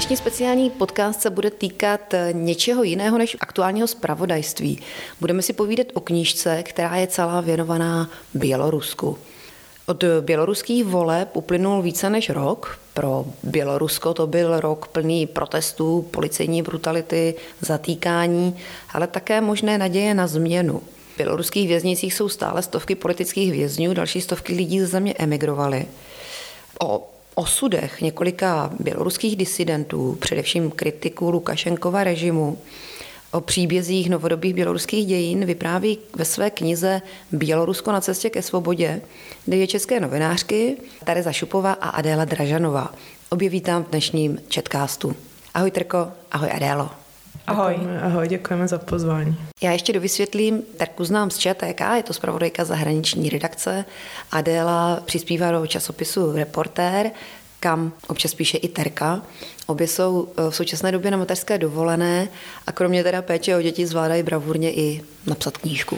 Dnešní speciální podcast se bude týkat něčeho jiného než aktuálního zpravodajství. Budeme si povídat o knížce, která je celá věnovaná Bělorusku. Od běloruských voleb uplynul více než rok. Pro Bělorusko to byl rok plný protestů, policejní brutality, zatýkání, ale také možné naděje na změnu. V běloruských věznicích jsou stále stovky politických vězňů, další stovky lidí ze země emigrovaly. O osudech několika běloruských disidentů, především kritiků Lukašenkova režimu, o příbězích novodobých běloruských dějin vypráví ve své knize Bělorusko na cestě ke svobodě 2 české novinářky, Tereza Šupová a Adéla Dražanová. Obě vítám v dnešním chatcastu. Ahoj Terko, ahoj Adélo. Ahoj. Ahoj, děkujeme za pozvání. Já ještě dovysvětlím, Terku znám z ČTK, je to zpravodajka zahraniční redakce. Adéla přispívá do časopisu Reportér, kam občas píše i Terka. Obě jsou v současné době na mateřské dovolené a kromě teda péče o děti zvládají bravurně i napsat knížku.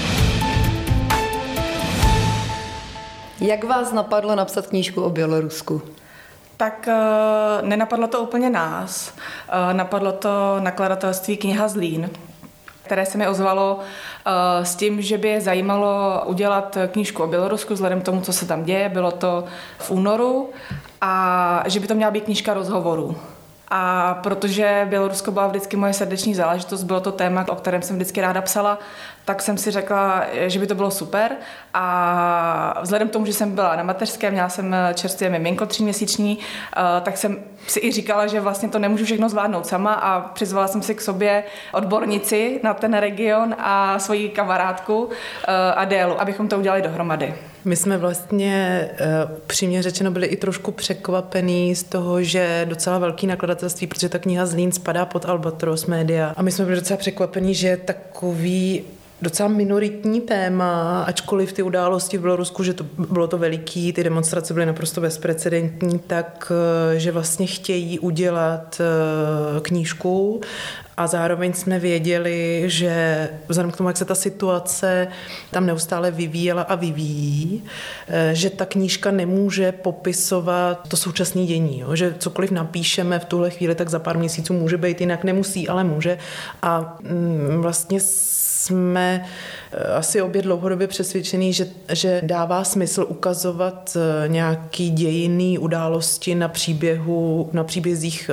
Jak vás napadlo napsat knížku o Bělorusku? Tak nenapadlo to úplně nás. Napadlo to nakladatelství Kniha Zlín, které se mi ozvalo s tím, že by je zajímalo udělat knížku o Bělorusku vzhledem k tomu, co se tam děje. Bylo to v únoru a že by to měla být knížka rozhovorů. A protože Bělorusko byla vždycky moje srdeční záležitost, bylo to téma, o kterém jsem vždycky ráda psala, tak jsem si řekla, že by to bylo super. A vzhledem k tomu, že jsem byla na mateřské, měla jsem čerstvě miminko 3měsíční, tak jsem si i říkala, že vlastně to nemůžu všechno zvládnout sama a přizvala jsem si k sobě odbornici na ten region a svoji kamarádku Adélu, abychom to udělali dohromady. My jsme vlastně přímě řečeno byli i trošku překvapení z toho, že docela velký nakladatelství, protože ta kniha Zlín spadá pod Albatros Media. A my jsme byli docela překvapení, že takový docela minoritní téma, ačkoliv ty události v Bělorusku, že to bylo to veliký, ty demonstrace byly naprosto bezprecedentní, tak že vlastně chtějí udělat knížku a zároveň jsme věděli, že vzhledem k tomu, jak se ta situace tam neustále vyvíjela a vyvíjí, že ta knížka nemůže popisovat to současné dění, jo? Že cokoliv napíšeme v tuhle chvíli, tak za pár měsíců může být jinak, nemusí, ale může. A vlastně jsme asi obě dlouhodobě přesvědčení, že dává smysl ukazovat nějaký dějinný události na příbězích,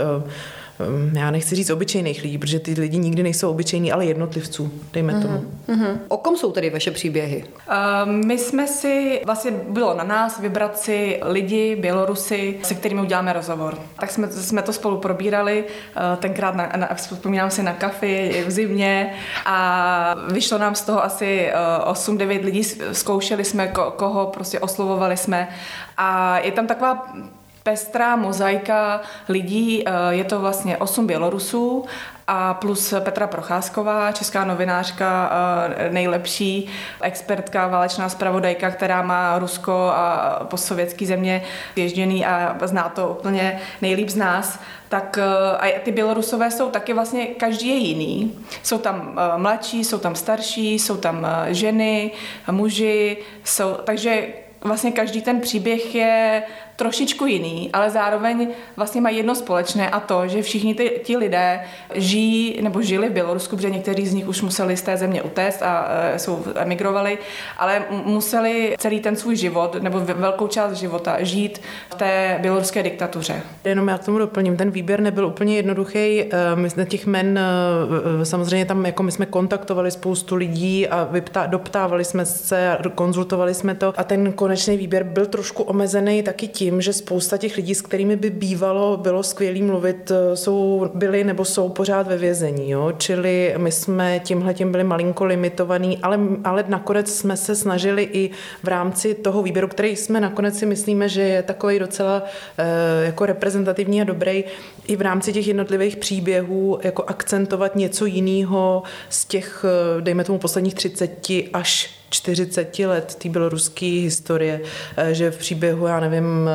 já nechci říct obyčejných lidí, protože ty lidi nikdy nejsou obyčejní, ale jednotlivců, dejme tomu. O kom jsou tedy vaše příběhy? My jsme si, vlastně bylo na nás vybrat si lidi, Bělorusy, se kterými uděláme rozhovor. Tak jsme to spolu probírali, tenkrát vzpomínám si na kafi v zimě a vyšlo nám z toho asi 8-9 lidí, zkoušeli jsme, koho prostě oslovovali jsme a je tam taková pestrá mozaika lidí, je to vlastně 8 Bělorusů a plus Petra Procházková, česká novinářka, nejlepší expertka, válečná zpravodajka, která má Rusko a postsovětský země ježděný a zná to úplně nejlíp z nás. Tak a ty Bělorusové jsou taky vlastně, každý je jiný. Jsou tam mladší, jsou tam starší, jsou tam ženy, muži, takže vlastně každý ten příběh je trošičku jiný, ale zároveň vlastně mají jedno společné a to, že všichni ti lidé žijí nebo žili v Bělorusku, protože někteří z nich už museli z té země utéct a emigrovali, ale museli celý ten svůj život nebo velkou část života žít v té běloruské diktatuře. Jenom já k tomu doplním, ten výběr nebyl úplně jednoduchý. My jsme těch men, samozřejmě tam jako my jsme kontaktovali spoustu lidí a doptávali jsme se, konzultovali jsme to a ten konečný výběr byl trošku omezený taky tím, že spousta těch lidí, s kterými by bylo skvělý mluvit, byli nebo jsou pořád ve vězení. Jo? Čili my jsme tímhletím byli malinko limitovaný, ale nakonec jsme se snažili i v rámci toho výběru, který jsme nakonec si myslíme, že je takový docela jako reprezentativní a dobrý, i v rámci těch jednotlivých příběhů jako akcentovat něco jiného z těch, dejme tomu, posledních 30 až 40 let té běloruské historie, že v příběhu, já nevím,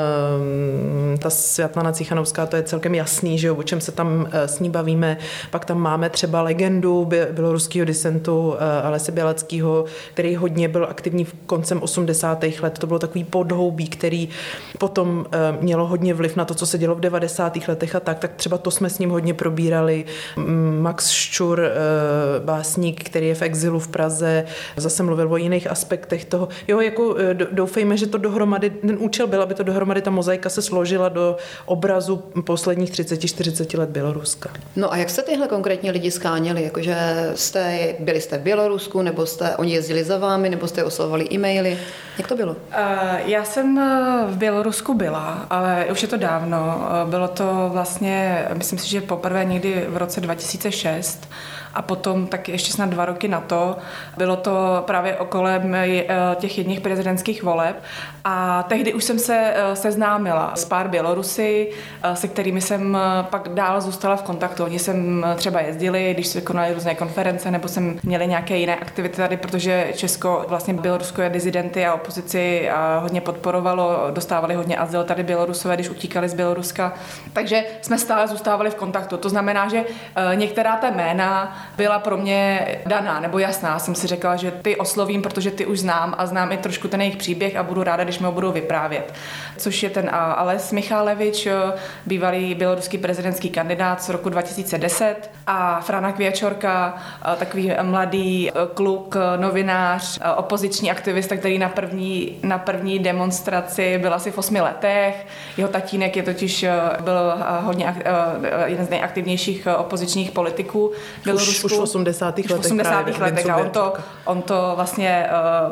ta Světlana Cichanovská, to je celkem jasný, že jo, o čem se tam s ní bavíme. Pak tam máme třeba legendu běloruského disentu Alese Bělackého, který hodně byl aktivní v koncem 80. let. To bylo takový podhoubí, který potom mělo hodně vliv na to, co se dělo v 90. letech a tak třeba to jsme s ním hodně probírali. Max Ščur, básník, který je v exilu v Praze, zase mluvil o jiných aspektech toho. Jo, jako doufejme, že to dohromady, ten účel byl, aby to dohromady ta mozaika se složila do obrazu posledních 30-40 let Běloruska. No a jak jste tyhle konkrétně lidi skáněli? Jakože byli jste v Bělorusku, nebo oni jezdili za vámi, nebo jste oslovovali e-maily? Jak to bylo? Já jsem v Bělorusku byla, ale už je to dávno. Bylo to vlastně, myslím si, že poprvé někdy v roce 2006 a potom tak ještě snad 2 roky na to. Bylo to právě okolo těch jedních prezidentských voleb a tehdy už jsem se seznámila s pár Bělorusy, se kterými jsem pak dál zůstala v kontaktu. Oni sem třeba jezdili, když se konaly různé konference, nebo jsem měli nějaké jiné aktivity tady, protože Česko, vlastně Bělorusko je dizidenty a opozici hodně podporovalo, dostávali hodně azyl tady Bělorusové, když utíkali z Běloruska. Takže jsme stále zůstávali v kontaktu. To znamená, že některá ta jména byla pro mě daná nebo jasná. Jsem si řekla, že ty oslovím, protože ty už znám a znám i trošku ten jejich příběh a budu ráda, když mi ho budou vyprávět. Což je ten Ales Michalevič, bývalý běloruský prezidentský kandidát z roku 2010 a Frana Kvěčorka, takový mladý kluk, novinář, opoziční aktivista, který na první demonstraci byl asi v 8 letech. Jeho tatínek byl hodně jeden z nejaktivnějších opozičních politiků Bělorusku. Už v 80. letech. 80. letech a on to vlastně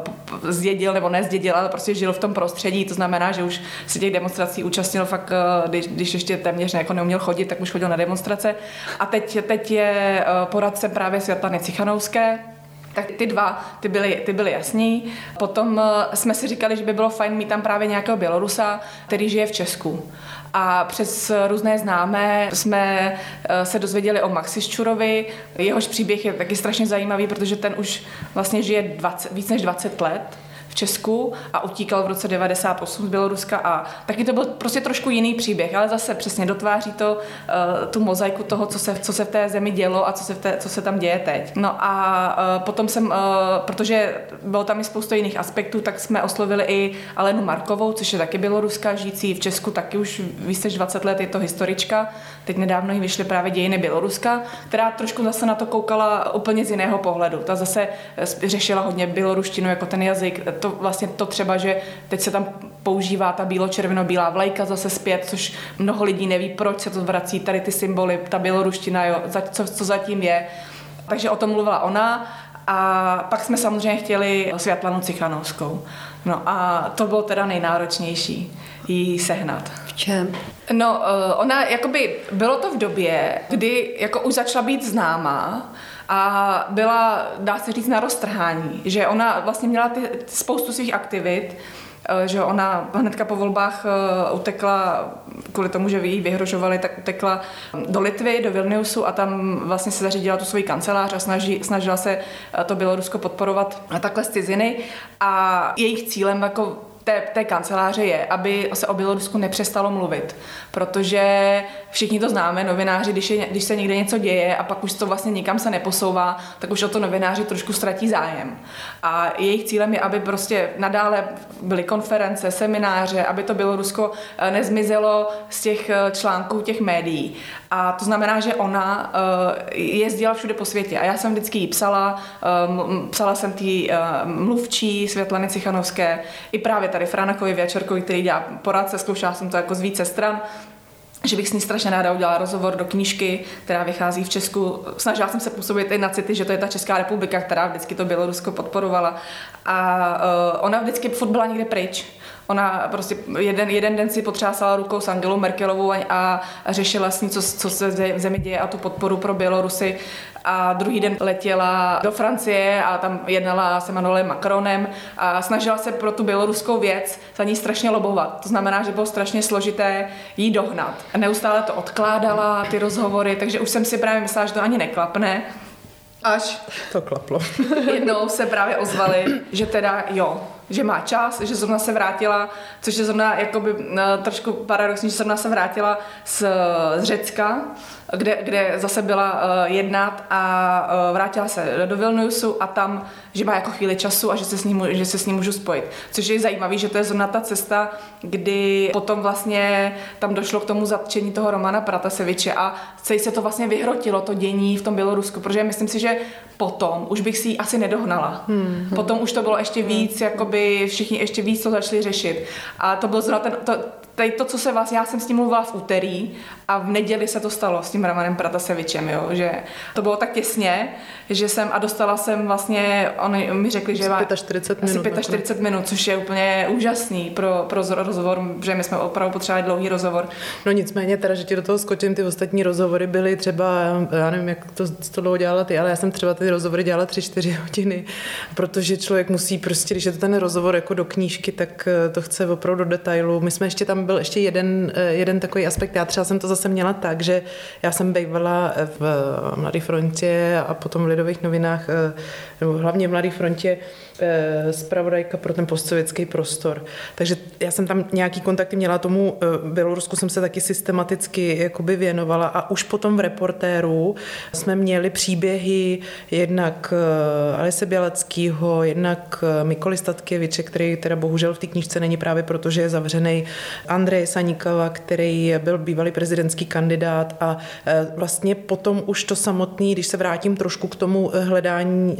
zdědil nebo nezdědil, ale prostě žil v tom prostředí, to znamená, že už se těch demonstrací účastnil fakt, když ještě téměř neuměl chodit, tak už chodil na demonstrace. A teď je poradcem právě Světlany Cichanovské. Tak ty dva, ty byly jasný. Potom jsme si říkali, že by bylo fajn mít tam právě nějakého Bělorusa, který žije v Česku. A přes různé známé jsme se dozvěděli o Maxi Ščurovi. Jehož příběh je taky strašně zajímavý, protože ten už vlastně žije víc než 20 let v Česku a utíkal v roce 98 z Běloruska a taky to byl prostě trošku jiný příběh, ale zase přesně dotváří to tu mozaiku toho, co se v té zemi dělo a co se tam děje teď. No a potom protože bylo tam i spoustu jiných aspektů, tak jsme oslovili i Alenu Markovou, což je taky Běloruska, žijící v Česku taky už víc než 20 let, je to historička. Teď nedávno jí vyšly právě Dějiny Běloruska, která trošku zase na to koukala úplně z jiného pohledu. Ta zase řešila hodně běloruštinu jako ten jazyk, to třeba, že teď se tam používá ta bílo-červeno-bílá vlajka zase zpět, což mnoho lidí neví, proč se to vrací, tady ty symboly, ta běloruština, jo, co zatím je. Takže o tom mluvila ona a pak jsme samozřejmě chtěli Světlanu Cichanovskou. No a to bylo teda nejnáročnější jí sehnat. V čem? No, ona jakoby, bylo to v době, kdy jako už začala být známá a byla, dá se říct, na roztrhání, že ona vlastně měla spoustu svých aktivit, že ona hnedka po volbách utekla, kvůli tomu, že jí vyhrožovali, tak utekla do Litvy, do Vilniusu a tam vlastně se zařídila tu svoji kancelář a snažila se to Bělorusko podporovat takhle z ciziny a jejich cílem jako té kanceláře je, aby se o Bělorusku nepřestalo mluvit, protože všichni to známe, novináři, když se někde něco děje a pak už to vlastně nikam se neposouvá, tak už o to novináři trošku ztratí zájem. A jejich cílem je, aby prostě nadále byly konference, semináře, aby to Bělorusko nezmizelo z těch článků těch médií. A to znamená, že ona jezdila všude po světě a já jsem vždycky jí psala jsem tý mluvčí Světlany Cichanovské, i právě tady Franakovi Věčorkovi, který dělá poradce, zkoušela jsem to jako z více stran, že bych s ní strašně ráda udělala rozhovor do knížky, která vychází v Česku. Snažila jsem se působit i na city, že to je ta Česká republika, která vždycky to Bělorusko podporovala. A ona vždycky furt byla někde pryč. Ona prostě jeden den si potřásala rukou s Angelou Merkelovou a řešila s ní, co se v zemi děje a tu podporu pro Bělorusy. A druhý den letěla do Francie a tam jednala s Emmanuelem Macronem a snažila se pro tu běloruskou věc za ní strašně lobovat. To znamená, že bylo strašně složité jí dohnat. A neustále to odkládala, ty rozhovory, takže už jsem si právě myslela, že to ani neklapne. Až to klaplo. jednou se právě ozvali, že teda jo, že má čas, že zrovna se vrátila, což je zrovna jakoby trošku paradoxní, že zrovna se vrátila z Řecka, kde zase byla jednat a vrátila se do Vilniusu a tam, že má jako chvíli času a že se s ním můžu spojit. Což je zajímavý, že to je zrovna ta cesta, kdy potom vlastně tam došlo k tomu zatčení toho Romana Prataseviče a celý se to vlastně vyhrotilo, to dění v tom Bělorusku, protože myslím si, že potom už bych si ji asi nedohnala. Potom už to bylo ještě víc, jakoby všichni ještě víc to začali řešit. A to bylo zrovna to, co se já jsem s ním mluvila v úterý a v neděli se to stalo s tím Romanem Pratasevičem, jo, že to bylo tak těsně, že dostala jsem vlastně, oni mi řekli, že má 45 minut, což je úplně úžasný pro rozhovor, že my jsme opravdu potřebovali dlouhý rozhovor. No nicméně teda, že ti do toho skočím, ty ostatní rozhovory byly třeba, já nevím, jak to dlouho dělala ty, ale já jsem třeba ty rozhovory dělala 3-4 hodiny, protože člověk musí prostě, když je to ten rozhovor jako do knížky, tak to chce opravdu do detailu. My jsme ještě tam byl ještě jeden takový aspekt, já třeba jsem to zase měla tak, že já jsem bývala v Mladé frontě a potom v Lidových novinách, nebo hlavně v Mladé frontě, zpravodajka pro ten postsovětský prostor. Takže já jsem tam nějaký kontakty měla, tomu Bělorusku jsem se taky systematicky jakoby věnovala a už potom v Reportéru jsme měli příběhy jednak Alise Bělackýho, jednak Mikoly Statkěviče, který teda bohužel v té knížce není právě proto, že je zavřený, Andreje Sanikova, který byl bývalý prezidentský kandidát a vlastně potom už to samotný, když se vrátím trošku k tomu hledání,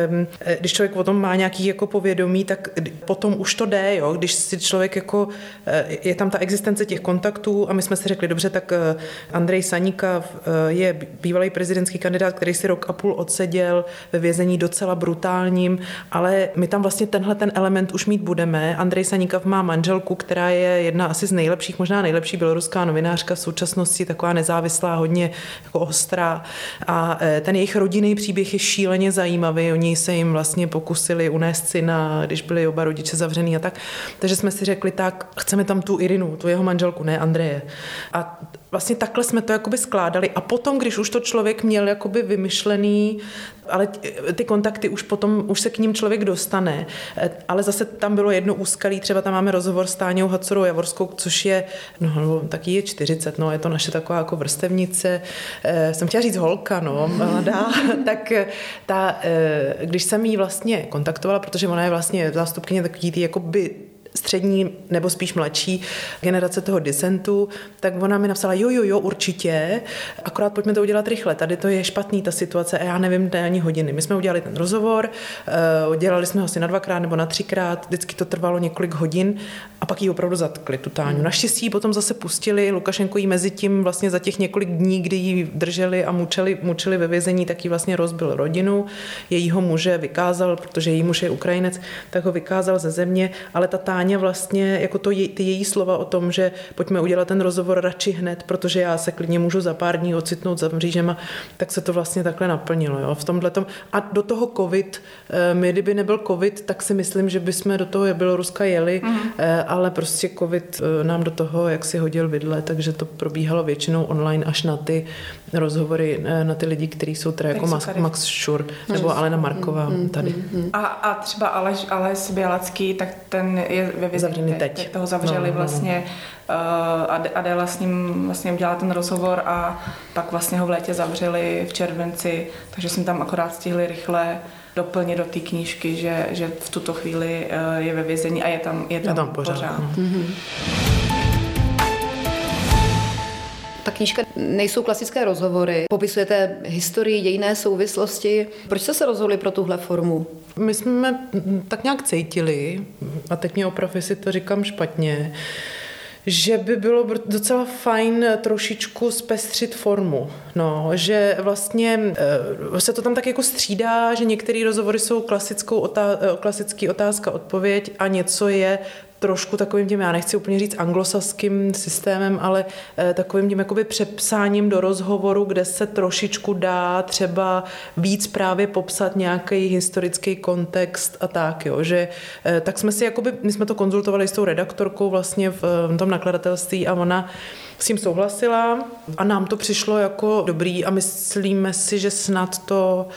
když člověk o tom má nějaký jako povědomí, tak potom už to jde, jo? Když si člověk jako, je tam ta existence těch kontaktů a my jsme si řekli, dobře, tak Andrej Sanikov je bývalý prezidentský kandidát, který si 1,5 roku odseděl ve vězení docela brutálním, ale my tam vlastně tenhle ten element už mít budeme. Andrej Sanikov má manželku, která je jedna asi z nejlepších, možná nejlepší běloruská novinářka v současnosti, taková nezávislá, hodně jako ostrá a ten jejich rodinný příběh je šíleně zajímavý. Oni se jim vlastně pokusili unést syna, když byli oba rodiče zavřený a tak. Takže jsme si řekli, tak chceme tam tu Irinu, tu jeho manželku, ne Andreje. A vlastně takhle jsme to jakoby skládali a potom, když už to člověk měl jakoby vymyšlený, ale ty kontakty už potom, už se k ním člověk dostane, ale zase tam bylo jedno úskalí, třeba tam máme rozhovor s Táňou Hacorou Javorskou, což je, no taky je 40, no je to naše taková jako vrstevnice, jsem chtěla říct holka, no, mladá, tak ta, když jsem jí vlastně kontaktovala, protože ona je vlastně zástupkyně takový ty jakoby střední nebo spíš mladší generace toho disentu, tak ona mi napsala, jo, určitě, akorát pojďme to udělat rychle, tady to je špatný, ta situace a já nevím, to je ani hodiny. My jsme udělali ten rozhovor, dělali jsme ho asi na 2krát nebo na 3krát, vždycky to trvalo několik hodin a pak ji opravdu zatkli, tu Táňu. Naštěstí potom zase pustili, Lukašenko jí mezi tím vlastně za těch několik dní, kdy ji drželi a mučili ve vězení, tak jí vlastně rozbil rodinu, jejího muže vykázal, protože její muž je Ukrajinec, tak ho vykázal ze země, ale ta Táňa vlastně, jako ty její slova o tom, že pojďme udělat ten rozhovor radši hned, protože já se klidně můžu za pár dní ocitnout za mřížema, tak se to vlastně takhle naplnilo. Jo, v tomhletom. A do toho covid, my kdyby nebyl covid, tak si myslím, že bychom do toho Běloruska jeli, ale prostě covid nám do toho, jak si hodil vidle, takže to probíhalo většinou online až na ty rozhovory, na ty lidi, kteří jsou teda jako Max Schur nebo Alena Marková tady. A třeba Aleš Bělacký, tak ten je ve vězení teď. Toho zavřeli vlastně Adela s ním vlastně udělala ten rozhovor a pak vlastně ho v létě zavřeli v červenci, takže jsme tam akorát stihli rychle doplnit do té knížky, že v tuto chvíli je ve vězení a je tam pořád. Ta knížka nejsou klasické rozhovory, popisujete historii, dějinné souvislosti. Proč jste se rozhodli pro tuhle formu? My jsme tak nějak cítili, a teď mě oprav, jestli to říkám špatně, že by bylo docela fajn trošičku zpestřit formu. No, že vlastně se to tam tak jako střídá, že některé rozhovory jsou klasický otázka-odpověď a něco je trošku takovým tím, já nechci úplně říct anglosaským systémem, ale takovým tím jakoby přepsáním do rozhovoru, kde se trošičku dá třeba víc právě popsat nějaký historický kontext a tak, jo, že tak jsme si jakoby, my jsme to konzultovali s tou redaktorkou vlastně v tom nakladatelství a ona s tím souhlasila a nám to přišlo jako dobrý a myslíme si, že snad to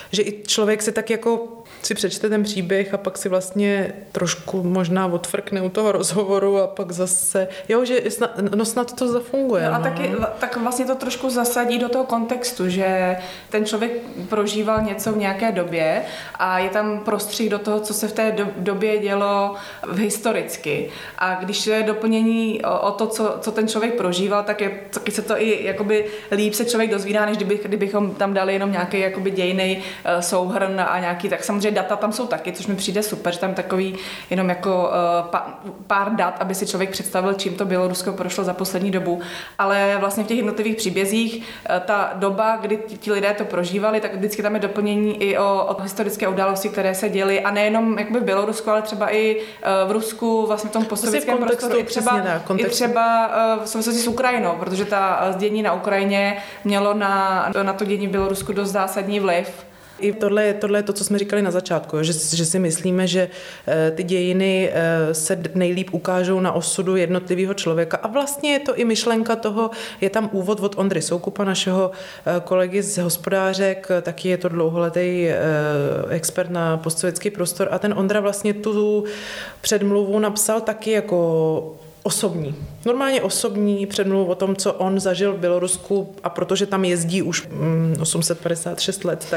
že i člověk se tak jako si přečte ten příběh a pak si vlastně trošku možná odfrkne u toho rozhovoru a pak zase, že snad to zafunguje. No a tak vlastně to trošku zasadí do toho kontextu, že ten člověk prožíval něco v nějaké době a je tam prostřih do toho, co se v té době dělo historicky. A když je doplnění o to, co ten člověk prožíval, tak se to i jakoby líp se člověk dozvídá, než kdybychom tam dali jenom nějaký jakoby dějnej souhrn a nějaký, tak samozřejmě data tam jsou taky, což mi přijde super, že tam takový jenom jako pár dat, aby si člověk představil, čím to Bělorusko prošlo za poslední dobu. Ale vlastně v těch jednotlivých příbězích ta doba, kdy ti lidé to prožívali, tak vždycky tam je doplnění i o historické události, které se děly a nejenom jakoby v Bělorusku, ale třeba i v Rusku, vlastně v tom postsovětském prostoru, i třeba v souvislosti s Ukrajinou, protože ta dění na Ukrajině mělo na to dění v Bělorusku dost zásadní vliv. I tohle je to, co jsme říkali na začátku, že si myslíme, že ty dějiny se nejlíp ukážou na osudu jednotlivého člověka. A vlastně je to i myšlenka toho, je tam úvod od Ondry Soukupa, našeho kolegy z Hospodářek, taky je to dlouholetý expert na postsovětský prostor a ten Ondra vlastně tu předmluvu napsal taky jako osobní. Normálně osobní předmluvu o tom, co on zažil v Bělorusku a protože tam jezdí už 856 let,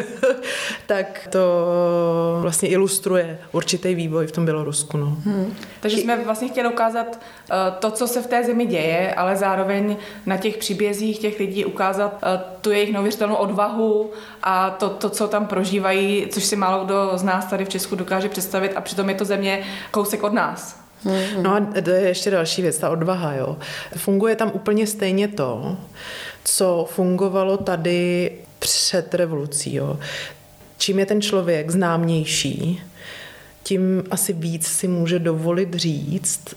tak to vlastně ilustruje určitý vývoj v tom Bělorusku. No. Takže jsme vlastně chtěli ukázat to, co se v té zemi děje, ale zároveň na těch příbězích těch lidí ukázat tu jejich neuvěřitelnou odvahu a to, co tam prožívají, což si málo kdo z nás tady v Česku dokáže představit a přitom je to země kousek od nás. No a to je ještě další věc, ta odvaha, jo. Funguje tam úplně stejně to, co fungovalo tady před revolucí, jo. Čím je ten člověk známější, tím asi víc si může dovolit říct,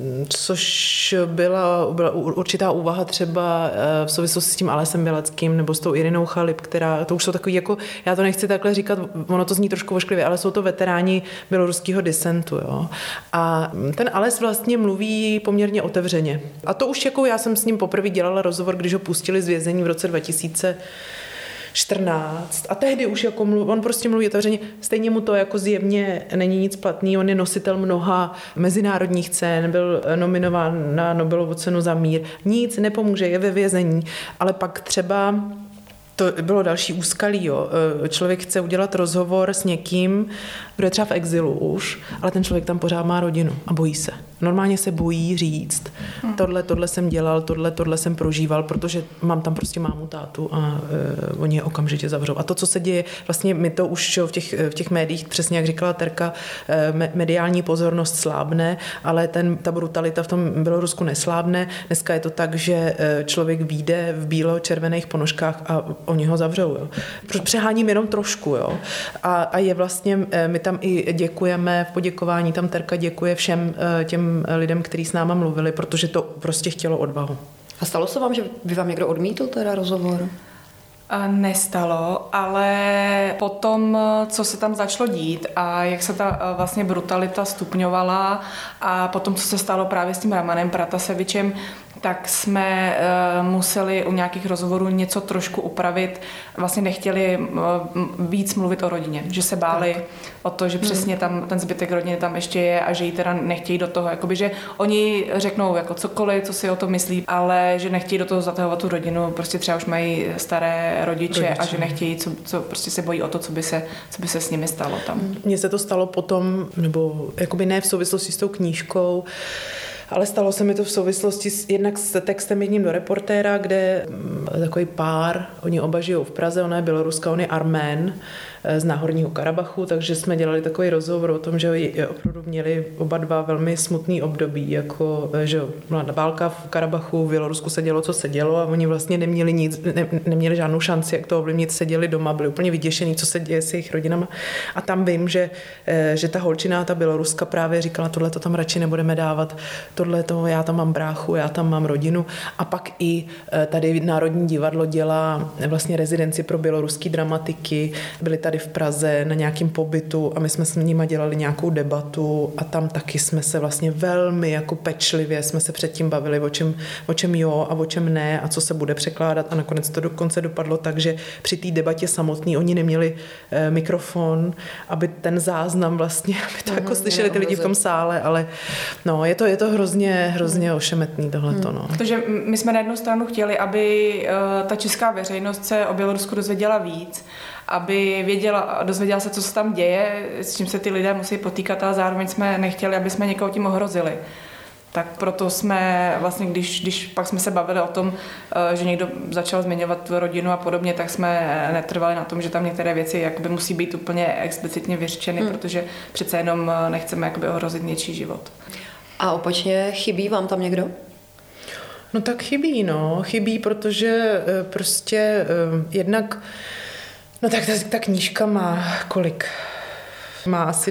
což byla určitá úvaha třeba v souvislosti s tím Alesem Bělackým nebo s tou Irinou Chalib, to už jsou takový jako, já to nechci takhle říkat, ono to zní trošku ošklivě, ale jsou to veteráni běloruského disentu, jo. A ten Ales vlastně mluví poměrně otevřeně. A to už jako já jsem s ním poprvé dělala rozhovor, když ho pustili z vězení v roce 2014 a tehdy už jako on prostě mluví otevřeně, stejně mu to jako zjevně není nic platný, on je nositel mnoha mezinárodních cen, byl nominován na Nobelovu cenu za mír, nic nepomůže, je ve vězení, ale pak třeba to bylo další úskalí, jo. Člověk chce udělat rozhovor s někým, kdo je třeba v exilu už, ale ten člověk tam pořád má rodinu a bojí se. Normálně se bojí říct, tohle jsem dělal, tohle jsem prožíval, protože mám tam prostě mámu, tátu a oni je okamžitě zavřou. A to, co se děje, vlastně my to už v těch médiích, přesně jak říkala Terka, mediální pozornost slábne, ale ta brutalita v tom Bělorusku neslábne. Dneska je to tak, že člověk vyjde v bílo-červených ponožkách a oni ho zavřou. Jo. Přeháním jenom trošku. Jo. A je vlastně, my tam i děkujeme, v poděkování tam Terka děkuje všem těm lidem, kteří s náma mluvili, protože to prostě chtělo odvahu. A stalo se vám, že by vám někdo odmítl teda rozhovor? Nestalo, ale potom, co se tam začalo dít a jak se ta vlastně brutalita stupňovala a potom, co se stalo právě s tím Ramanem Pratasevičem, tak jsme museli u nějakých rozhovorů něco trošku upravit. Vlastně nechtěli víc mluvit o rodině, že se báli o to, že přesně tam ten zbytek rodiny tam ještě je a že jí teda nechtějí do toho, jakoby, že oni řeknou jako cokoliv, co si o to myslí, ale že nechtějí do toho zatahovat tu rodinu, prostě třeba už mají staré rodiče. A že nechtějí, co prostě se bojí o to, co by se s nimi stalo tam. Mně se to stalo potom, nebo jakoby ne v souvislosti s tou knížkou, ale stalo se mi to v souvislosti jednak s textem jedním do Reportéra, kde takový pár, oni oba žijou v Praze, ona je Běloruska, on je Armén z Náhorního Karabachu, takže jsme dělali takový rozhovor o tom, že opravdu měli oba dva velmi smutný období, jako že válka v Karabachu, v Bělorusku se dělo, co se dělo a oni vlastně neměli nic, neměli žádnou šanci, jak to ovlivnit, seděli doma, byli úplně vyděšení, co se děje s jejich rodinama. A tam vím, že ta holčina, ta Běloruska právě říkala, tohle to tam radši nebudeme dávat, tohle to, já tam mám bráchu, já tam mám rodinu. A pak i tady Národní divadlo dělá vlastně rezidenci pro běloruský dramatiky, byli tady tady v Praze na nějakém pobytu a my jsme s nimi dělali nějakou debatu a tam taky jsme se vlastně velmi jako pečlivě jsme se předtím bavili, o čem jo a o čem ne a co se bude překládat a nakonec to dokonce dopadlo tak, že při té debatě samotný oni neměli mikrofon, aby ten záznam vlastně, aby to jako slyšeli ty lidi v tom sále, ale no, je to hrozně ošemetný tohleto, no. Protože my jsme na jednu stranu chtěli, aby ta česká veřejnost se o Bělorusku dozvěděla víc, aby dozvěděla se, co se tam děje, s čím se ty lidé musí potýkat, a zároveň jsme nechtěli, aby jsme někoho tím ohrozili. Tak proto jsme vlastně, když pak jsme se bavili o tom, že někdo začal zmiňovat rodinu a podobně, tak jsme netrvali na tom, že tam některé věci jakoby musí být úplně explicitně vyřčeny, protože přece jenom nechceme jakoby ohrozit něčí život. A opačně, chybí vám tam někdo? No tak chybí, protože prostě jednak, no tak ta knížka má kolik? Má asi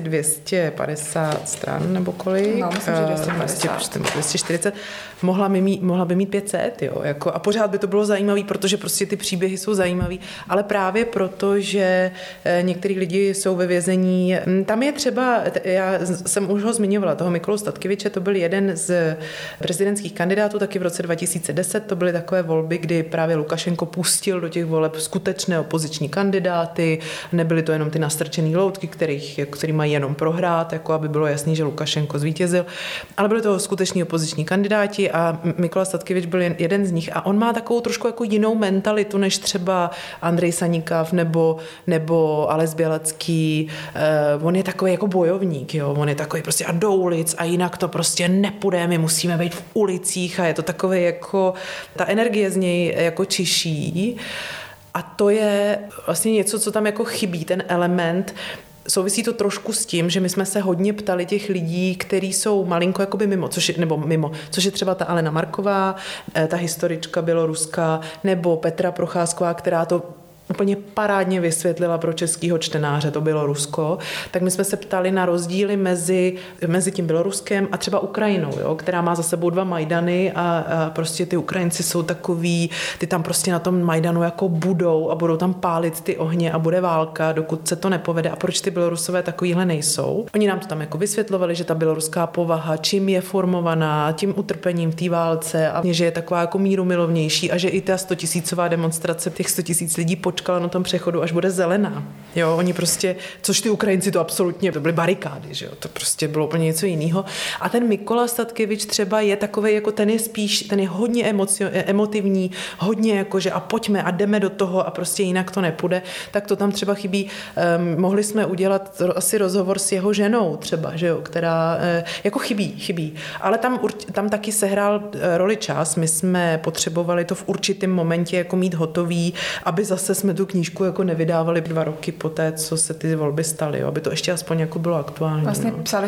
250 stran, nebo kolik? No, myslím, že 250. 240. Mohla by mít 500, jo. Jako, a pořád by to bylo zajímavý, protože prostě ty příběhy jsou zajímavý, ale právě proto, že některý lidi jsou ve vězení. Tam je třeba, já jsem už ho zmiňovala, toho Mykolu Statkeviče, to byl jeden z prezidentských kandidátů, taky v roce 2010, to byly takové volby, kdy právě Lukašenko pustil do těch voleb skutečné opoziční kandidáty, nebyly to jenom ty nastrčený loutky, který mají jenom prohrát, jako aby bylo jasný, že Lukašenko zvítězil, ale byly to skuteční opoziční kandidáti a Mykola Statkevič byl jeden z nich a on má takovou trošku jako jinou mentalitu, než třeba Andrej Saníkav nebo Ales Bělacký. On je takový jako bojovník, jo? On je takový prostě a do ulic a jinak to prostě nepůjde, my musíme být v ulicích a je to takový jako, ta energie z něj jako čiší a to je vlastně něco, co tam jako chybí, ten element. Souvisí to trošku s tím, že my jsme se hodně ptali těch lidí, kteří jsou malinko jakoby mimo, což je třeba ta Alena Marková, ta historička běloruská, nebo Petra Procházková, která to úplně parádně vysvětlila pro českého čtenáře to Bělorusko, tak my jsme se ptali na rozdíly mezi tím Běloruskem a třeba Ukrajinou, jo, která má za sebou 2 Majdany a prostě ty Ukrajinci jsou takový, ty tam prostě na tom Majdanu jako budou tam pálit ty ohně a bude válka, dokud se to nepovede. A proč ty Bělorusové takovýhle nejsou? Oni nám to tam jako vysvětlovali, že ta běloruská povaha, čím je formovaná, tím utrpením v té válce a že je taková jako mírumilovnější a že i ta 100 000 demonstrace, těch 100 000 lidí počkala na tom přechodu, až bude zelená. Jo, oni prostě, což ty Ukrajinci to absolutně, to byly barikády, že jo, to prostě bylo úplně něco jiného. A ten Mykola Statkevič třeba je takovej, jako ten je hodně emotivní, hodně jako, že a pojďme a jdeme do toho a prostě jinak to nepůjde, tak to tam třeba chybí. Mohli jsme udělat asi rozhovor s jeho ženou třeba, že jo, která jako chybí. Ale tam taky sehrál roli čas. My jsme potřebovali to v určitém momentě jako mít hotový, aby zase jsme tu knížku jako nevydávali 2 roky poté, co se ty volby staly, jo, aby to ještě aspoň jako bylo aktuální. Vlastně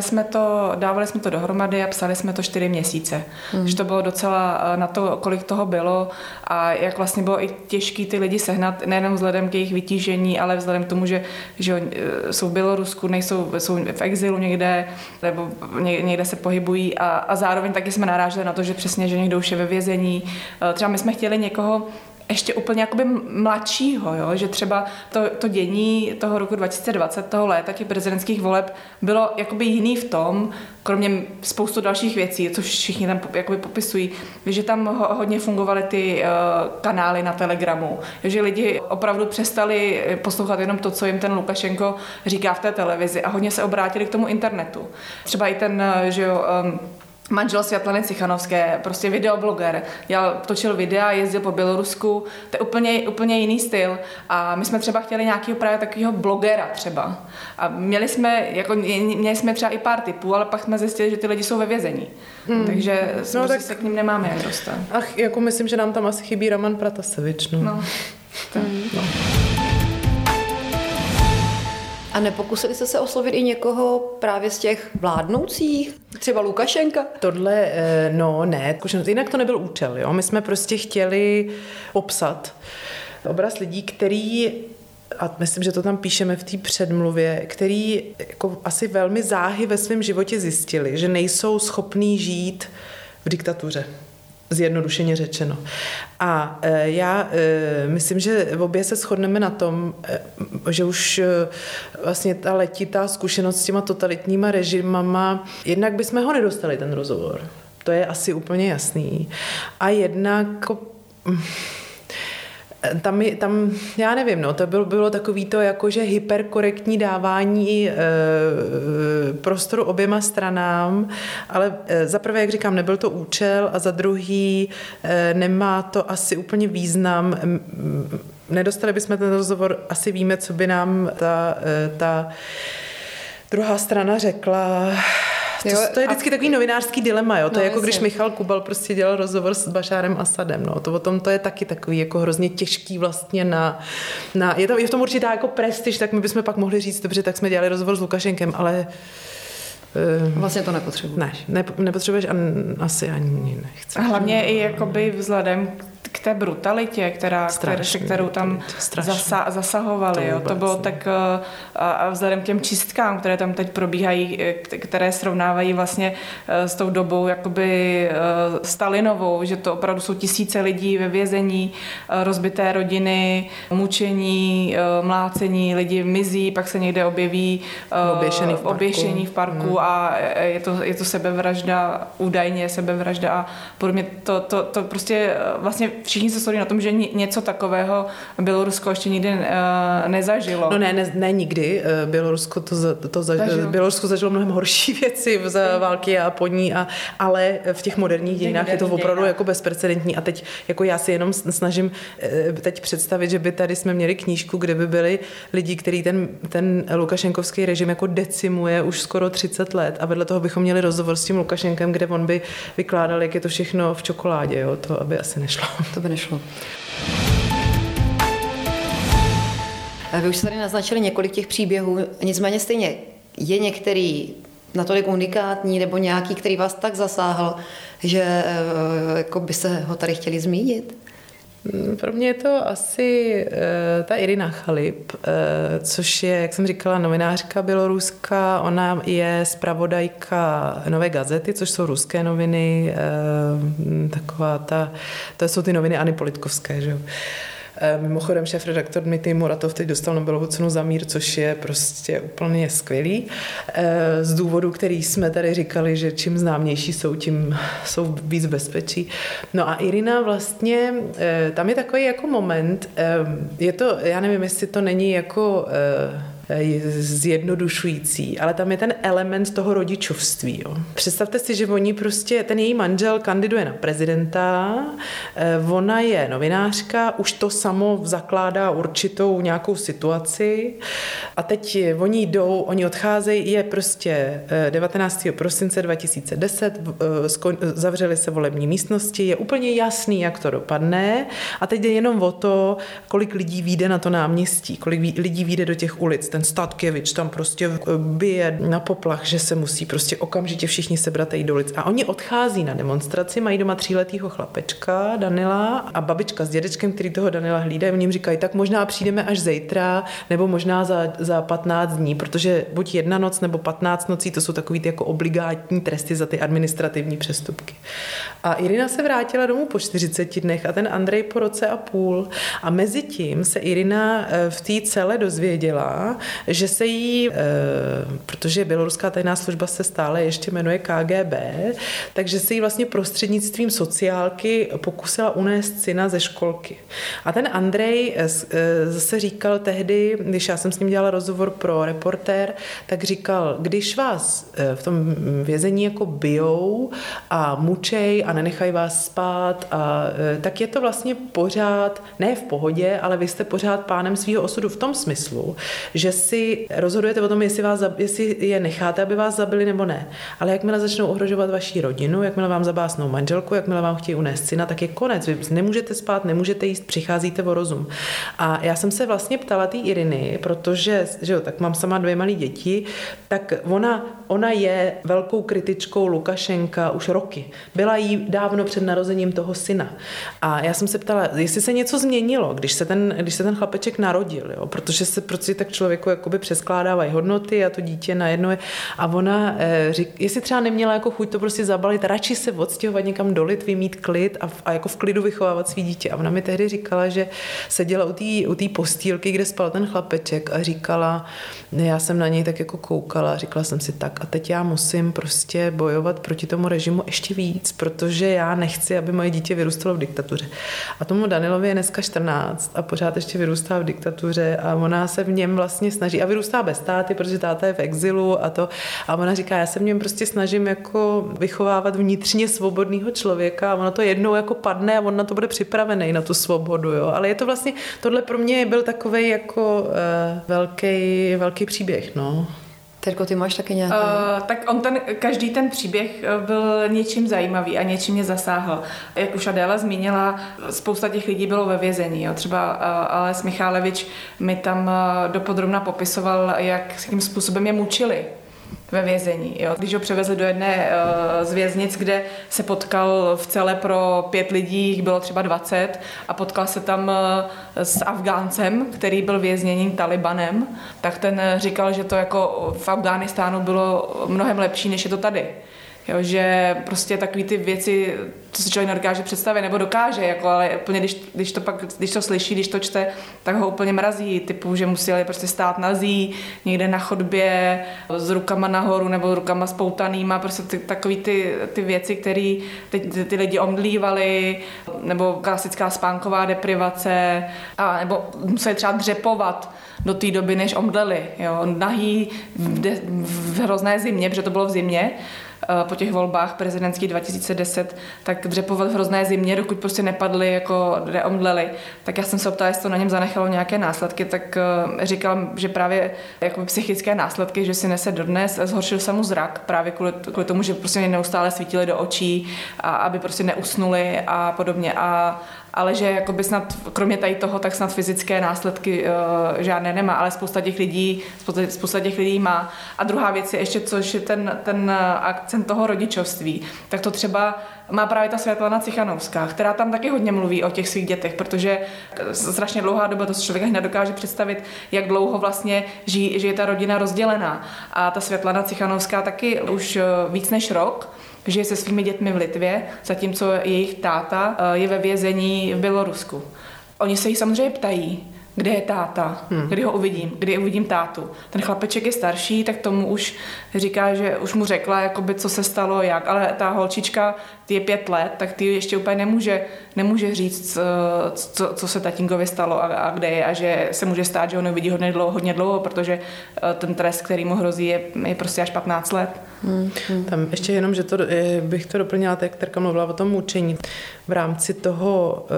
dávali jsme to dohromady a psali jsme to 4 měsíce. Že to bylo docela na to, kolik toho bylo a jak vlastně bylo i těžký ty lidi sehnat, nejenom vzhledem k jejich vytížení, ale vzhledem k tomu, že jsou v Bělorusku, jsou v exilu někde, nebo někde se pohybují a zároveň taky jsme naráželi na to, že přesně, že někdo už je ve vězení. Třeba my jsme chtěli někoho ještě úplně jakoby mladšího, jo? Že třeba to dění toho roku 2020, toho léta těch prezidentských voleb bylo jakoby jiný v tom, kromě spoustu dalších věcí, co všichni tam jakoby popisují, že tam hodně fungovaly ty kanály na Telegramu, že lidi opravdu přestali poslouchat jenom to, co jim ten Lukašenko říká v té televizi a hodně se obrátili k tomu internetu. Třeba i ten, že jo, manžel Světlany Cichanovské, prostě videobloger, točil videa, jezdil po Bělorusku, to je úplně jiný styl a my jsme třeba chtěli nějakého právě takového blogera třeba a měli jsme třeba i pár tipů, ale pak jsme zjistili, že ty lidi jsou ve vězení, takže tak se k ním nemáme jak dostat. Ach, jako myslím, že nám tam asi chybí Roman Pratasevič, no. A nepokusili jste se oslovit i někoho právě z těch vládnoucích? Třeba Lukašenka? Tohle, ne. Jinak to nebyl účel, jo. My jsme prostě chtěli popsat obraz lidí, který, a myslím, že to tam píšeme v té předmluvě, který jako asi velmi záhy ve svém životě zjistili, že nejsou schopní žít v diktatuře. zjednodušeně řečeno. A já myslím, že obě se shodneme na tom, že už vlastně ta letitá zkušenost s těma totalitníma režimama, jednak bychom ho nedostali, ten rozhovor. To je asi úplně jasný. A jednak tam já nevím, no, to bylo takový to jakože hyperkorektní dávání prostoru oběma stranám, ale za prvé, jak říkám, nebyl to účel a za druhý nemá to asi úplně význam. Nedostali bychom ten rozhovor, asi víme, co by nám ta druhá strana řekla. To je vždycky takový novinářský dilema, jo. To je jako když Michal Kubal prostě dělal rozhovor s Bašárem Asadem, no. To o tom to je taky takový jako hrozně těžký vlastně je v tom určitá jako prestiž, tak my bychom pak mohli říct, dobře, tak jsme dělali rozhovor s Lukašenkem, ale vlastně to nepotřebuješ. Nepotřebuješ a asi ani nechceš. A hlavně i jakoby vzhledem k té brutalitě, kterou tam zasahovali. Jo. To bylo tak a vzhledem k těm čistkám, které tam teď probíhají, které srovnávají vlastně s tou dobou jakoby Stalinovou, že to opravdu jsou tisíce lidí ve vězení, rozbité rodiny, mučení, mlácení, lidi mizí, pak se někde objeví oběšení v parku a je to sebevražda, údajně sebevražda a podobně. To prostě vlastně všichni se shodí na tom, že něco takového Bělorusko ještě nikdy nezažilo. No ne nikdy. Bělorusko zažilo mnohem horší věci za války a po ní, ale v těch moderních dějinách je to opravdu jako bezprecedentní. A teď jako já si jenom snažím teď představit, že by tady jsme měli knížku, kde by byli lidi, který ten lukašenkovský režim jako decimuje už skoro 30 let a vedle toho bychom měli rozhovor s tím Lukašenkem, kde on by vykládal, jak je to všechno v čokoládě. Jo? To aby asi nešlo. To by nešlo. Vy už jste tady naznačili několik těch příběhů, nicméně stejně je některý natolik unikátní nebo nějaký, který vás tak zasáhl, že jako by se ho tady chtěli zmínit? Pro mě je to asi ta Irina Chalib, což je, jak jsem říkala, novinářka běloruská. Ona je zpravodajka Nové gazety, což jsou ruské noviny, to jsou ty noviny Anny Politkovské, že jo. Mimochodem šéfredaktor Dmitrij Muratov teď dostal Nobelovu cenu za mír, což je prostě úplně skvělý. Z důvodu, který jsme tady říkali, že čím známější jsou, tím jsou víc bezpečí. No a Irina vlastně, tam je takový jako moment, je to, já nevím, jestli to není jako zjednodušující, ale tam je ten element toho rodičovství. Jo. Představte si, že oni prostě, ten její manžel kandiduje na prezidenta, ona je novinářka, už to samo zakládá určitou nějakou situaci a teď oni odcházejí, je prostě 19. prosince 2010, zavřeli se volební místnosti, je úplně jasný, jak to dopadne a teď jde jenom o to, kolik lidí vyjde na to náměstí, kolik lidí vyjde do těch ulic. Ten Statkevič tam prostě bije na poplach, že se musí prostě okamžitě všichni sebrat a jít do ulic. A oni odchází na demonstraci, mají doma 3letýho chlapečka, Danila, a babička s dědečkem, který toho Danila hlídají, oni jim říkají, tak možná přijdeme až zítra, nebo možná za 15 dní, protože buď 1 noc nebo 15 nocí, to jsou takový ty jako obligátní tresty za ty administrativní přestupky. A Irina se vrátila domů po 40 dnech a ten Andrej po roce a půl. A mezi tím se Irina v té cele dozvěděla, že se jí, protože běloruská tajná služba se stále ještě jmenuje KGB, takže se jí vlastně prostřednictvím sociálky pokusila unést syna ze školky. A ten Andrej zase říkal tehdy, když já jsem s ním dělala rozhovor pro Reportér, tak říkal, když vás v tom vězení jako bijou a mučej a nenechají vás spát, tak je to vlastně pořád, ne v pohodě, ale vy jste pořád pánem svého osudu v tom smyslu, že si rozhodujete o tom, jestli je necháte, aby vás zabili nebo ne. Ale jakmile začnou ohrožovat vaši rodinu, jakmile vám zabásnou manželku, jakmile vám chtějí unést syna, tak je konec. Vy nemůžete spát, nemůžete jíst, přicházíte o rozum. A já jsem se vlastně ptala té Iriny, protože, že jo, tak mám sama 2 malé děti, tak ona je velkou kritičkou Lukašenka už roky. Byla jí dávno před narozením toho syna. A já jsem se ptala, jestli se něco změnilo, když se ten chlapeček narodil, jo? Protože se prostě tak člověku jako jakoby přeskládávají hodnoty a to dítě najednou je. A ona jestli třeba neměla jako chuť to prostě zabalit, radši se odstěhovat někam do Litvy, mít klid a jako v klidu vychovávat svý dítě. A ona mi tehdy říkala, že seděla u té postýlky, kde spal ten chlapeček a říkala, já jsem na něj tak jako koukala a říkala jsem si tak a teď já musím prostě bojovat proti tomu režimu ještě víc, protože já nechci, aby moje dítě vyrůstalo v diktatuře. A tomu Danilovi je dneska 14 a pořád ještě vyrůstá v diktatuře a ona se v něm vlastně snaží a vyrůstá bez táty, protože táta je v exilu a to. A ona říká, já se v něm prostě snažím jako vychovávat vnitřně svobodného člověka a ono to jednou jako padne a on na to bude připravený, na tu svobodu, jo. Ale je to vlastně, tohle pro mě byl takovej jako velký příběh, no. Terko, ty máš taky nějaký? Tak každý ten příběh byl něčím zajímavý a něčím mě zasáhl. Jak už Adéla zmínila, spousta těch lidí bylo ve vězení. Jo. Třeba Ales Michalevič mi tam dopodrobna popisoval, jakým způsobem je mučili ve vězení. Jo. Když ho převezli do jedné z věznic, kde se potkal v cele pro 5 lidí, jich bylo třeba 20 a potkal se tam s Afgáncem, který byl vězněným Talibanem, tak ten říkal, že to jako v Afghánistánu bylo mnohem lepší, než je to tady. Jo, že prostě takový ty věci, co si člověk nedokáže představit, nebo dokáže, jako, ale úplně když to slyší, když to čte, tak ho úplně mrazí, typu, že museli prostě stát nazí, někde na chodbě, s rukama nahoru, nebo rukama spoutanýma, prostě takový ty věci, které ty lidi omdlívali, nebo klasická spánková deprivace, nebo museli třeba dřepovat do té doby, než omdleli, jo, nahý v hrozné zimě, protože to bylo v zimě, po těch volbách prezidentských 2010, tak dřepovat v hrozné zimě, dokud prostě nepadli, jako neomdleli. Tak já jsem se optala, jestli to na něm zanechalo nějaké následky, tak říkal, že právě jako psychické následky, že si nese dodnes, zhoršil se mu zrak právě kvůli tomu, že prostě neustále svítili do očí a aby prostě neusnuli a podobně. Ale že jakoby snad, kromě tady toho, tak snad fyzické následky žádné nemá, ale spousta těch lidí má. A druhá věc je ještě, což je ten akcent toho rodičovství, tak to třeba má právě ta Světlana Cichanovská, která tam taky hodně mluví o těch svých dětech, protože strašně dlouhá doba, to si člověk nedokáže představit, jak dlouho vlastně žije ta rodina rozdělená. A ta Světlana Cichanovská taky už víc než rok žije se svými dětmi v Litvě, zatímco jejich táta je ve vězení v Bělorusku. Oni se jí samozřejmě ptají, kde je táta, kdy uvidím tátu. Ten chlapeček je starší, tak tomu už říká, že už mu řekla, jakoby, co se stalo, jak, ale ta holčička, ty je 5 let, tak ty ještě úplně nemůže říct, co se tatínkovi stalo a kde je a že se může stát, že ho nevidí hodně dlouho, protože ten trest, který mu hrozí, je prostě až 15 let. Tam ještě jenom, že bych to doplnila, tak Terka mluvila o tom mučení. V rámci toho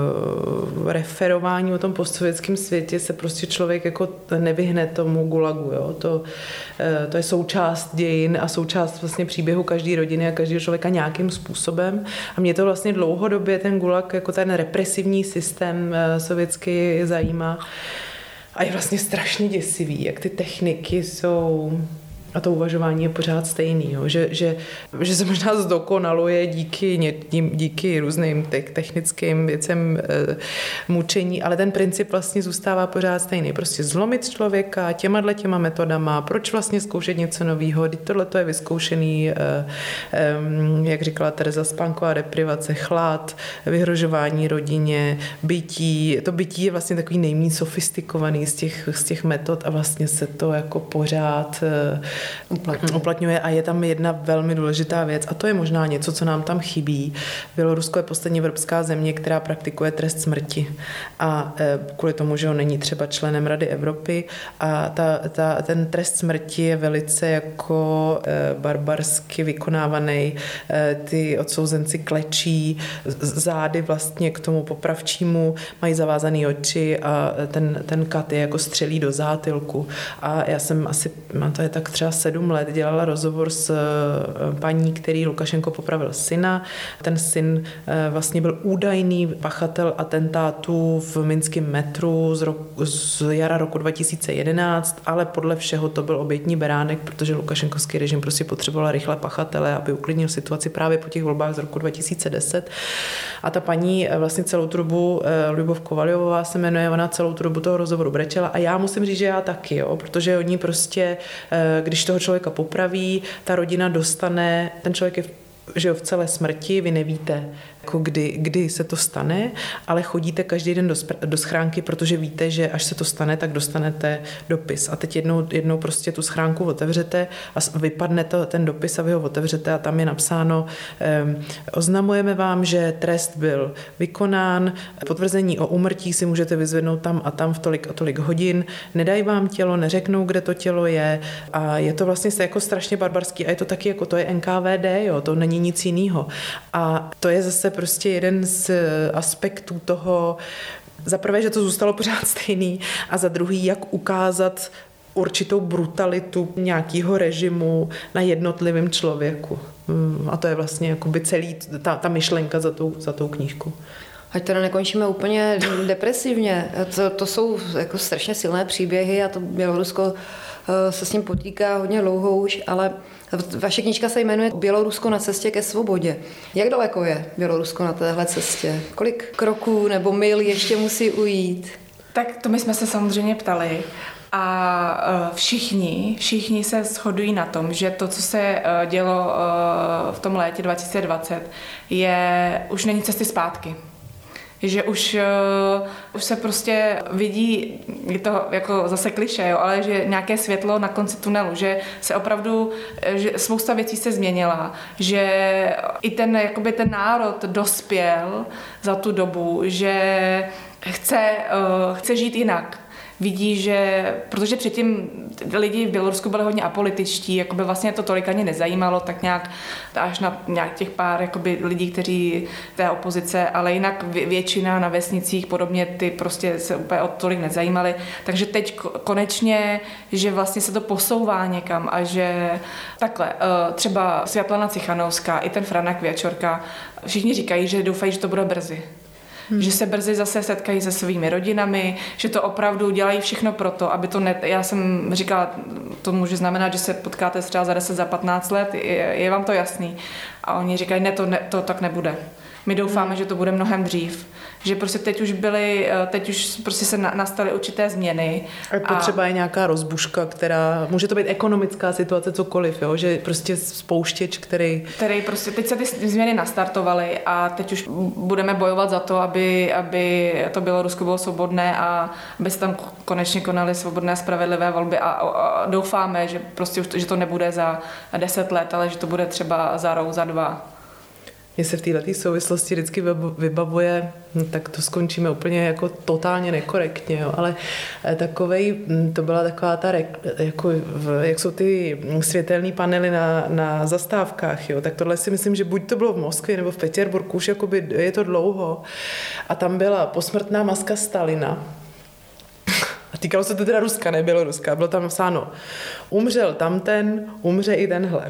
referování o tom postsovětském světě se prostě člověk jako nevyhne tomu gulagu. Jo? To je součást dějin a součást vlastně příběhu každé rodiny a každého člověka nějakým způsobem. A mě to vlastně dlouhodobě ten gulag jako ten represivní systém sovětský zajímá. A je vlastně strašně děsivý, jak ty techniky jsou... A to uvažování je pořád stejný, jo? Že se možná zdokonaluje díky různým technickým věcem mučení, ale ten princip vlastně zůstává pořád stejný. Prostě zlomit člověka těma metodama, proč vlastně zkoušet něco nového, teď tohle je vyzkoušený, jak říkala Tereza, spánková deprivace, chlad, vyhrožování rodině, bytí. To bytí je vlastně takový nejméně sofistikovaný z těch metod a vlastně se to jako pořád uplatňuje a je tam jedna velmi důležitá věc a to je možná něco, co nám tam chybí. Bělorusko je poslední evropská země, která praktikuje trest smrti a kvůli tomu, že on není třeba členem Rady Evropy a ten trest smrti je velice jako barbarsky vykonávaný. Ty odsouzenci klečí zády vlastně k tomu popravčímu, mají zavázaný oči a ten kat je jako střelí do zátylku a já jsem asi, to je tak třeba třeba 7 let dělala rozhovor s paní, který Lukašenko popravil syna. Ten syn vlastně byl údajný pachatel atentátu v minském metru z jara roku 2011, ale podle všeho to byl obětní beránek, protože lukašenkovský režim prostě potřeboval rychle pachatele, aby uklidnil situaci právě po těch volbách z roku 2010. A ta paní vlastně celou tu dobu, Lyubov Kovaljovová se jmenuje, ona celou tu dobu toho rozhovoru brečela a já musím říct, že já taky, jo, protože oni prostě, když toho člověka popraví, ta rodina dostane, ten člověk je v celé smrti, vy nevíte, jako kdy se to stane, ale chodíte každý den do schránky, protože víte, že až se to stane, tak dostanete dopis. A teď jednou prostě tu schránku otevřete a vypadne ten dopis a vy ho otevřete a tam je napsáno oznamujeme vám, že trest byl vykonán, potvrzení o úmrtí si můžete vyzvednout tam a tam v tolik a tolik hodin, nedají vám tělo, neřeknou, kde to tělo je a je to vlastně jako strašně barbarský a je to taky jako to je NKVD, jo, to není nic jiného. A to je zase prostě jeden z aspektů toho, za prvé, že to zůstalo pořád stejný a za druhý, jak ukázat určitou brutalitu nějakého režimu na jednotlivém člověku. A to je vlastně jakoby celý ta myšlenka za tou knížkou. Ať teda nekončíme úplně depresivně. To jsou jako strašně silné příběhy a to Bělorusko se s ním potýká hodně dlouho už, ale vaše knížka se jmenuje Bělorusko na cestě ke svobodě. Jak daleko je Bělorusko na téhle cestě? Kolik kroků nebo mil ještě musí ujít? Tak to my jsme se samozřejmě ptali a všichni se shodují na tom, že to, co se dělo v tom létě 2020, už není cesty zpátky. Že už se prostě vidí, je to jako zase klišé, jo, ale že nějaké světlo na konci tunelu, že se opravdu, že spousta věcí se změnila, že i ten národ dospěl za tu dobu, že chce žít jinak. Vidí, že, protože předtím lidi v Bělorusku byli hodně apolitičtí, jakoby vlastně to tolik ani nezajímalo, tak nějak až na nějak těch pár jakoby lidí, kteří té opozice, ale jinak většina na vesnicích podobně ty prostě se úplně o tolik nezajímali. Takže teď konečně, že vlastně se to posouvá někam a že takhle, třeba Světlana Cichanovská i ten Frana Kvěčorka, všichni říkají, že doufají, že to bude brzy. Že se brzy zase setkají se svými rodinami, že to opravdu dělají všechno pro to, aby to já jsem říkala, to může znamenat, že se potkáte třeba za 10, za 15 let, je vám to jasný. A oni říkají, ne, to tak nebude. My doufáme, že to bude mnohem dřív. Že prostě teď už prostě se nastaly určité změny. A potřeba je nějaká rozbuška, která, může to být ekonomická situace, cokoliv, jo? Že prostě spouštěč, který prostě, teď se ty změny nastartovaly a teď už budeme bojovat za to, aby to Bělorusko bylo svobodné a aby se tam konečně konaly svobodné a spravedlivé volby a doufáme, že prostě už že to nebude za 10 let, ale že to bude třeba za rok, za 2. Mně se v této souvislosti vždycky vybavuje, tak to skončíme úplně jako totálně nekorektně, jo, ale to byla taková ta, jako, jak jsou ty světelné panely na zastávkách, jo, tak tohle si myslím, že buď to bylo v Moskvě nebo v Petěrburku, už jakoby je to dlouho a tam byla posmrtná maska Stalina. A týkalo se to teda Ruska, ne Běloruska, bylo tam napsáno, umřel tamten, umře i tenhle.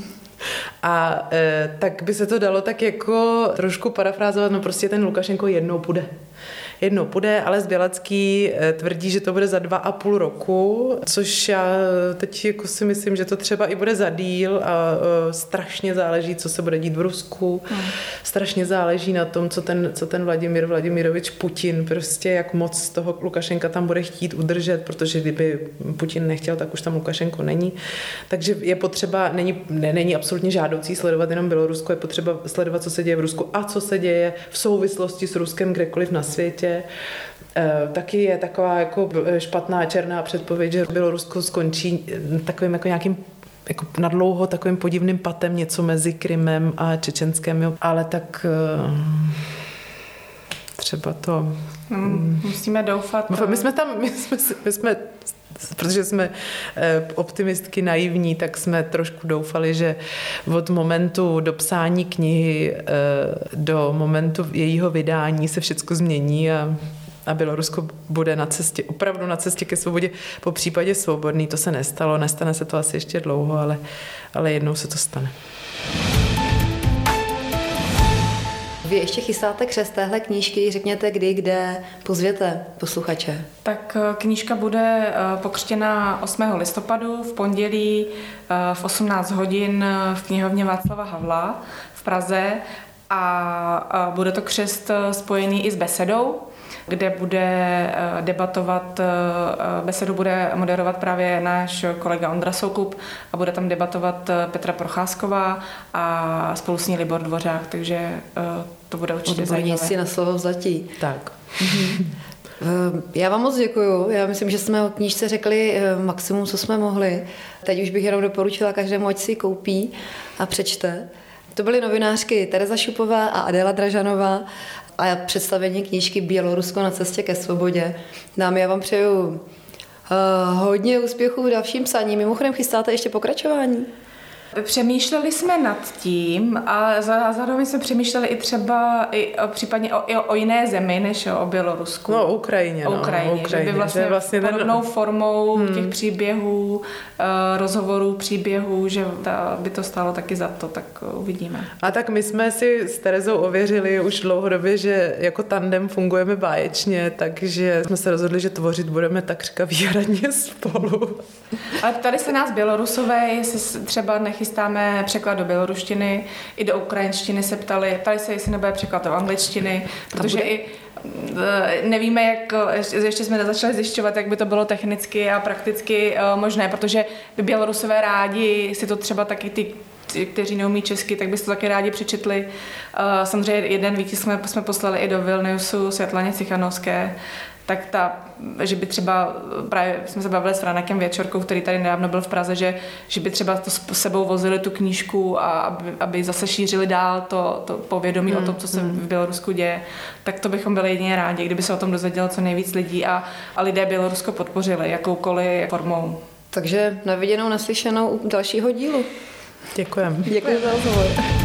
A tak by se to dalo tak jako trošku parafrázovat, no prostě ten Lukašenko jednou půjde, ale Zbělacký tvrdí, že to bude za 2,5 roku, což já teď jako si myslím, že to třeba i bude za díl a strašně záleží, co se bude dít v Rusku. Strašně záleží na tom, co ten Vladimír Vladimirovič Putin, prostě jak moc toho Lukašenka tam bude chtít udržet, protože kdyby Putin nechtěl, tak už tam Lukašenko není. Takže je potřeba, není absolutně žádoucí sledovat jenom Bělorusko, je potřeba sledovat, co se děje v Rusku a co se děje v souvislosti s Ruskem kdekoliv na světě. Taky je taková jako špatná černá předpověď, že Bělorusko skončí takovým jako nějakým jako nadlouho takovým podivným patem, něco mezi Krymem a Čečenskem, jo. Ale tak třeba to... Musíme doufat. My jsme protože jsme optimistky naivní, tak jsme trošku doufali, že od momentu dopsání knihy do momentu jejího vydání se všechno změní a a Bělorusko bude na cestě, opravdu na cestě ke svobodě, po případě svobodný. To se nestalo, nestane se to asi ještě dlouho, ale jednou se to stane. Vy ještě chystáte křest téhle knížky, řekněte kdy, kde, pozvěte posluchače. Tak knížka bude pokřtěna 8. listopadu v pondělí v 18 hodin v knihovně Václava Havla v Praze a bude to křest spojený i s besedou, kde bude debatovat, besedu bude moderovat právě náš kolega Ondra Soukup a bude tam debatovat Petra Procházková a spolu s ní Libor Dvořák, takže to bude určitě zajímavé. Odborníci na slovo vzatí. Tak. Já vám moc děkuju. Já myslím, že jsme o knížce řekli maximum, co jsme mohli. Teď už bych jenom doporučila každému, ať si koupí a přečte. To byly novinářky Tereza Šupová a Adéla Dražanová a představení knížky Bělorusko na cestě ke svobodě. Dámy, já vám přeju hodně úspěchů v dalším psaní. Mimochodem chystáte ještě pokračování? Přemýšleli jsme nad tím a zároveň jsme přemýšleli i třeba případně o jiné zemi, než o Bělorusku. No, o Ukrajině. O Ukrajině, že by vlastně podobnou formou těch příběhů, rozhovorů, příběhů, že by to stálo taky za to, tak uvidíme. A tak my jsme si s Terezou ověřili už dlouhodobě, že jako tandem fungujeme báječně, takže jsme se rozhodli, že tvořit budeme takřka výhradně spolu. Ale tady se nás Bělorusové, jestli třeba nechystáme překlad do běloruštiny, i do ukrajinštiny se ptali se, jestli nebude překlad do angličtiny, protože i nevíme, jak, ještě jsme nezačali zjišťovat, jak by to bylo technicky a prakticky možné, protože by Bělorusové rádi si to třeba taky ty, kteří neumí česky, tak by si to taky rádi přečetli. Samozřejmě jeden výtisk jsme poslali i do Vilniusu Světlaně Cichanovské, tak že by třeba, právě jsme se bavili s Franekem Věčorkou, který tady nedávno byl v Praze, že by třeba to s sebou vozili tu knížku a aby zase šířili dál to povědomí o tom, co se v Bělorusku děje, tak to bychom byli jedině rádi, kdyby se o tom dozvědělo co nejvíc lidí a lidé Bělorusko podpořili jakoukoliv formou. Takže na viděnou, naslyšenou u dalšího dílu. Děkujeme. Děkuji za rozhovor.